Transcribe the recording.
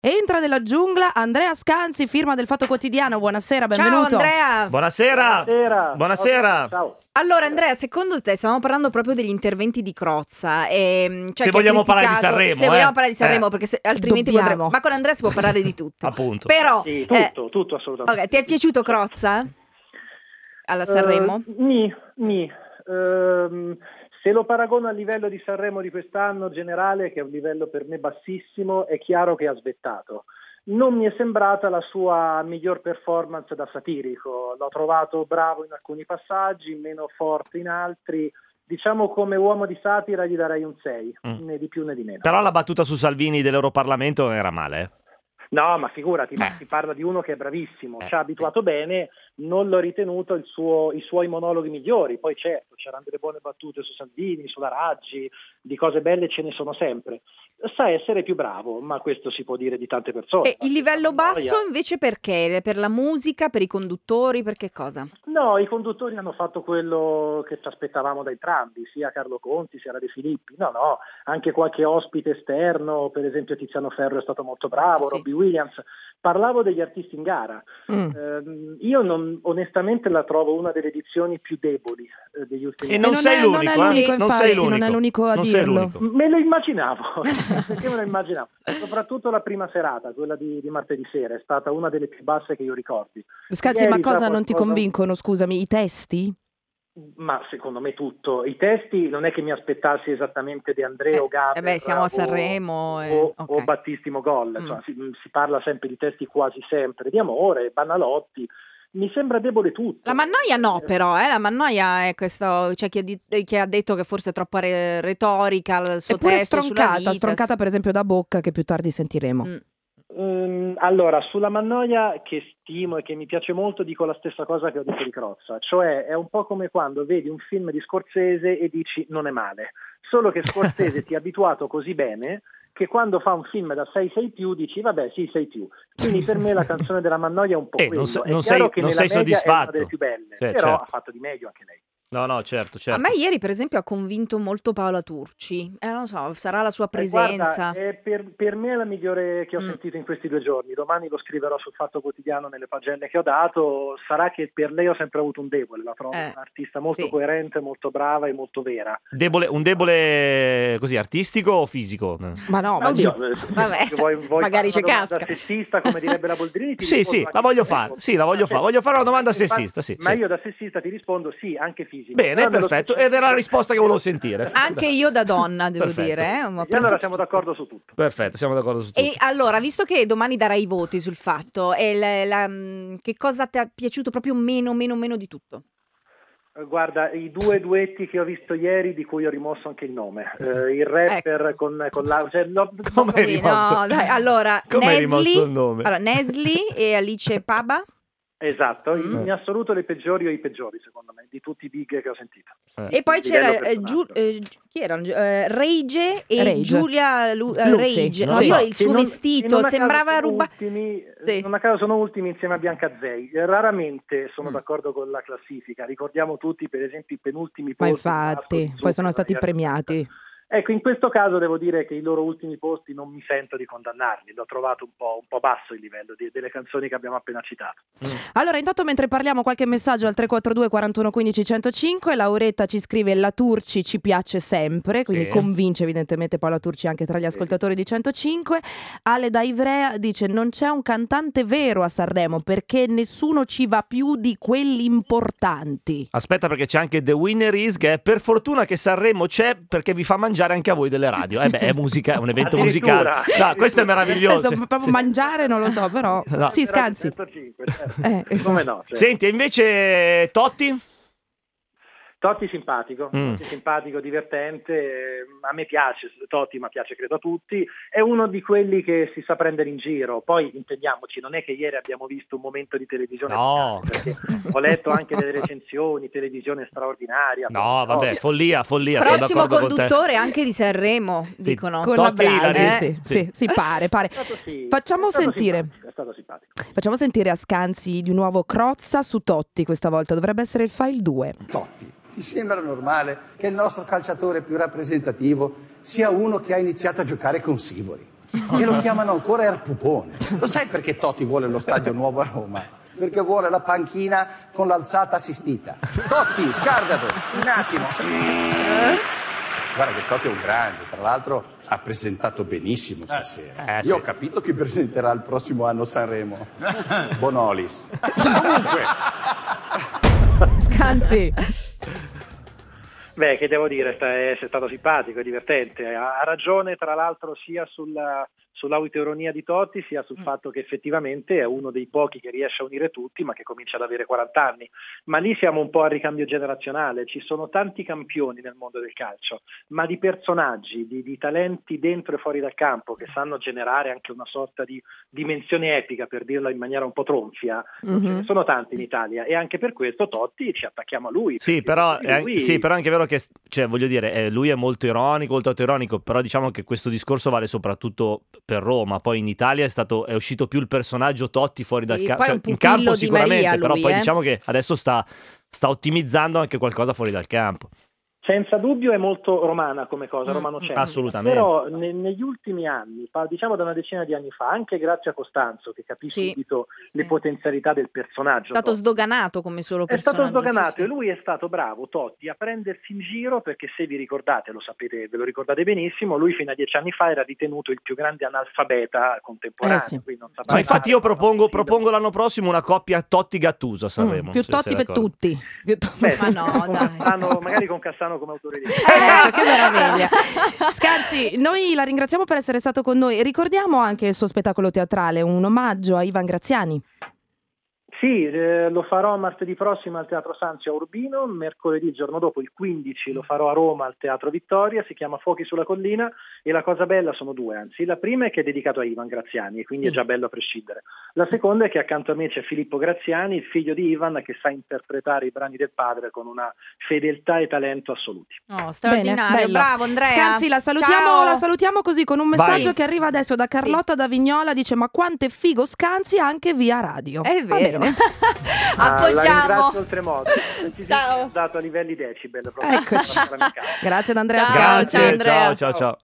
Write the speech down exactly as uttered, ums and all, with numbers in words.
Entra nella giungla Andrea Scanzi, firma del Fatto Quotidiano. Buonasera, benvenuto. Ciao Andrea. Buonasera. Buonasera. Buonasera. Ciao. Allora Andrea, secondo te, stavamo parlando proprio degli interventi di Crozza, e, cioè, se che vogliamo criticato, parlare di Sanremo, se eh? vogliamo parlare di Sanremo, eh. perché se, altrimenti Dobbiamo. potremmo, ma con Andrea si può parlare di tutto. Appunto. Però Sì, eh, tutto, tutto assolutamente. ok, ti è piaciuto Crozza alla Sanremo? Uh, ni, ni. Uh, se lo paragono al livello di Sanremo di quest'anno generale, che è un livello per me bassissimo, è chiaro che ha svettato. Non mi è sembrata la sua miglior performance da satirico, l'ho trovato bravo in alcuni passaggi, meno forte in altri. Diciamo, come uomo di satira gli darei un sei, mm. né di più né di meno. Però la battuta su Salvini dell'Europarlamento non era male, eh? No, ma figurati, ma Eh. si parla di uno che è bravissimo, Eh, ci ha abituato sì. bene, non l'ho ritenuto il suo, i suoi monologhi migliori. Poi certo, c'erano delle buone battute su Salvini, sulla Raggi, di cose belle ce ne sono sempre. Sa essere più bravo, ma questo si può dire di tante persone. E il livello basso Noia. invece perché? Per la musica, per i conduttori, per che cosa? No, i conduttori hanno fatto quello che ci aspettavamo da entrambi, sia Carlo Conti sia la De Filippi. No, no, anche qualche ospite esterno, per esempio Tiziano Ferro è stato molto bravo, Sì. Robbie Williams. Parlavo degli artisti in gara. Mm. Eh, io non, onestamente la trovo una delle edizioni più deboli eh, degli ultimi E anni. non, non sei è- l'unico, non è l'unico, eh? Non infatti, sei l'unico. non è l'unico a Non sei dirlo. l'unico. Me lo immaginavo, perché me lo immaginavo. Soprattutto la prima serata, quella di, di martedì sera, è stata una delle più basse che io ricordi. Scanzi, Ieri ma cosa sarà non ti qualcosa- convincono, scusami, i testi? Ma secondo me tutto. I testi non è che mi aspettassi esattamente De André o Gaber eh beh, siamo a o- Sanremo, eh, o, ok. o Battisti Mogol. Mm. Insomma, si, si parla sempre di testi quasi sempre, di amore, banalotti. Mi sembra debole tutto. La Mannoia no, però, eh, la Mannoia è questo, c'è chi ha, di- chi ha detto che forse è troppa re- retorica il suo Eppure testo sulla stroncata, vita. stroncata per esempio da Bocca, che più tardi sentiremo. Mm. Mm, allora, sulla Mannoia, che stimo e che mi piace molto, dico la stessa cosa che ho detto di Crozza, cioè è un po' come quando vedi un film di Scorsese e dici non è male, solo che Scorsese ti ha abituato così bene che quando fa un film da sei sei più dici vabbè sì sei più. Quindi per me la canzone della Mannoia è un po' Eh, quello. non se- È non chiaro sei- che non nella sei media è soddisfatto. una delle più belle, Sì, però certo. ha fatto di meglio anche lei. No, no, certo, certo. A me ieri, per esempio, ha convinto molto Paola Turci. Eh, non so, sarà la sua Eh, presenza. guarda, è per, per me è la migliore che ho Mm. sentito in questi due giorni. Domani lo scriverò sul Fatto Quotidiano nelle pagelle che ho dato. Sarà che per lei ho sempre avuto un debole, la trovo Eh, un'artista molto sì. coerente, molto brava e molto vera. Debole, un debole così artistico o fisico? Ma no, ma Oddio, oddio. eh, se- Vabbè, se vuoi, vuoi magari fare ci una domanda casca. sessista, come direbbe la Boldrini, ti Sì, rispondo sì, anche la voglio fisico. fare. Sì, la voglio fare. Voglio fare una domanda Infatti- sessista, sì, Ma sì. io da sessista ti rispondo sì, anche fisico. Bene, Però nello perfetto. specifico- Ed era la risposta che volevo sentire. Anche io da donna, devo Perfetto. dire. Eh, ma E allora apprezzo- siamo d'accordo su tutto. Perfetto, siamo d'accordo su tutto. E allora, visto che domani darai i voti sul fatto, e la- la- mh, che cosa ti è piaciuto proprio meno, meno, meno di tutto? Eh, Guarda, i due duetti che ho visto ieri, di cui ho rimosso anche il nome, eh, il rapper con, con la... Cioè, l'ho- Come hai Sì, rimosso? no, dai, allora, Come hai rimosso Nesli, il nome? allora, Nesli e Alice Paba. Esatto, Mm. in assoluto le peggiori o i peggiori secondo me, di tutti i big che ho sentito. Eh. E poi a livello c'era eh, Giu- personale. eh, chi erano? Eh, Rage e Rage. Giulia Lu- eh, Luzzi. Rage. Non No, lo io so. il Che suo non- che vestito non a caso sembrava sono ruba. ultimi, Sì. Non a caso sono ultimi insieme a Biancazei. Raramente sono Mm. d'accordo con la classifica. Ricordiamo tutti, per esempio, i penultimi Ma posti. di Vasco infatti, di poi Zucchero, sono stati ragazzi. premiati. Ecco, in questo caso devo dire che i loro ultimi posti non mi sento di condannarli. L'ho trovato un po', un po' basso il livello di- delle canzoni che abbiamo appena citato. Allora, intanto mentre parliamo, qualche messaggio al tre quattro due quarantuno quindici centocinque. Lauretta ci scrive: la Turci ci piace sempre, quindi Sì. convince evidentemente Paola Turci anche tra gli ascoltatori di centocinque. Ale da Ivrea dice: non c'è un cantante vero a Sanremo perché nessuno ci va più di quelli importanti. Aspetta, perché c'è anche The Winner Is, che è per fortuna che Sanremo c'è perché vi fa mangiare anche a voi delle radio. Eh beh, è musica, è un evento musicale. Addirittura. No, questo è meraviglioso. Adesso proprio mangiare non lo so, però No. sì, Scanzi. centocinque, certo. Eh, esatto. Come no? certo. Senti, e invece Totti? Totti simpatico, Mm. Totti simpatico, divertente, eh, a me piace Totti, ma piace credo a tutti, è uno di quelli che si sa prendere in giro. Poi intendiamoci, non è che ieri abbiamo visto un momento di televisione No. epocale, perché ho letto anche delle recensioni, televisione straordinaria. No, vabbè, follia, follia. sono Prossimo d'accordo con te. conduttore anche di Sanremo, Sì. dicono. Con la Totti, la Blasi, ri- sì, sì. sì, sì, pare, pare. È stato sì, Facciamo è stato sentire. simpatico, È stato simpatico. Facciamo sentire a Scanzi di nuovo Crozza su Totti questa volta, dovrebbe essere il file due. Totti, ti sembra normale che il nostro calciatore più rappresentativo sia uno che ha iniziato a giocare con Sivori? e lo chiamano ancora il pupone. Lo sai perché Totti vuole lo stadio nuovo a Roma? Perché vuole la panchina con l'alzata assistita. Totti, scargato, un attimo. Guarda che Totti è un grande, tra l'altro ha presentato benissimo stasera. Eh, Io sì. ho capito chi presenterà il prossimo anno Sanremo. Bonolis. Comunque. Scanzi. Beh, che devo dire, sta- è, è stato simpatico, è divertente. Ha, ha ragione, tra l'altro, sia sulla, sull'autoironia di Totti, sia sul fatto che effettivamente è uno dei pochi che riesce a unire tutti, ma che comincia ad avere quaranta anni. Ma lì siamo un po' al ricambio generazionale. Ci sono tanti campioni nel mondo del calcio, ma di personaggi, di, di talenti dentro e fuori dal campo che sanno generare anche una sorta di dimensione epica, per dirla in maniera un po' tronfia. Non ce ne sono tanti in Italia, e anche per questo Totti ci attacchiamo a lui. Sì, perché però, lui- eh, sì, però è anche vero che, cioè, voglio dire, eh, lui è molto ironico, molto autoironico, però diciamo che questo discorso vale soprattutto per Roma. Poi in Italia è stato è uscito più il personaggio Totti fuori dal Sì, campo, poi è cioè, un in campo pupillo di sicuramente, Maria però lui, poi eh. diciamo che adesso sta, sta ottimizzando anche qualcosa fuori dal campo. Senza dubbio è molto romana come cosa, Mm, romanocentrica. assolutamente. Però ne- negli ultimi anni, pa- diciamo da una decina di anni fa, anche grazie a Costanzo, che capì Sì, subito sì. le potenzialità del È personaggio, stato Totti, sdoganato come solo è stato personaggio. sdoganato, sì, e sì. lui è stato bravo, Totti, a prendersi in giro, perché se vi ricordate, lo sapete, ve lo ricordate benissimo, lui fino a dieci anni fa era ritenuto il più grande analfabeta contemporaneo. Eh sì. quindi non Ma sapeva infatti io fare, propongo, non propongo l'anno prossimo una coppia Totti-Gattuso a Sanremo. Mm, più se Totti sei per d'accordo. tutti. Più to- Beh, Ma no, con dai. Cassano- magari con Cassano come autore di Ecco, che meraviglia. Scanzi, noi la ringraziamo per essere stato con noi. Ricordiamo anche il suo spettacolo teatrale, un omaggio a Ivan Graziani. Sì, eh, lo farò martedì prossimo al Teatro Sanzio a Urbino, mercoledì il giorno dopo, il quindici, lo farò a Roma al Teatro Vittoria, si chiama Fuochi sulla collina, e la cosa bella sono due, anzi. La prima è che è dedicato a Ivan Graziani, e quindi Sì. è già bello a prescindere. La seconda è che accanto a me c'è Filippo Graziani, il figlio di Ivan, che sa interpretare i brani del padre con una fedeltà e talento assoluti. Oh, straordinario, Bene, bello. bravo Andrea. Scanzi, la salutiamo, Ciao. la salutiamo così con un messaggio Vai. che arriva adesso da Carlotta da Vignola, dice: ma quanto è figo Scanzi anche via radio. È Va vero. bene. Ah, la Appoggiamo. ringrazio oltremodo, ci Ciao. siamo dato a livelli decibel proprio. Eccoci. Nostra amica. Grazie ad Andrea Ciao, Scanzi. Grazie, Andrea. ciao ciao ciao.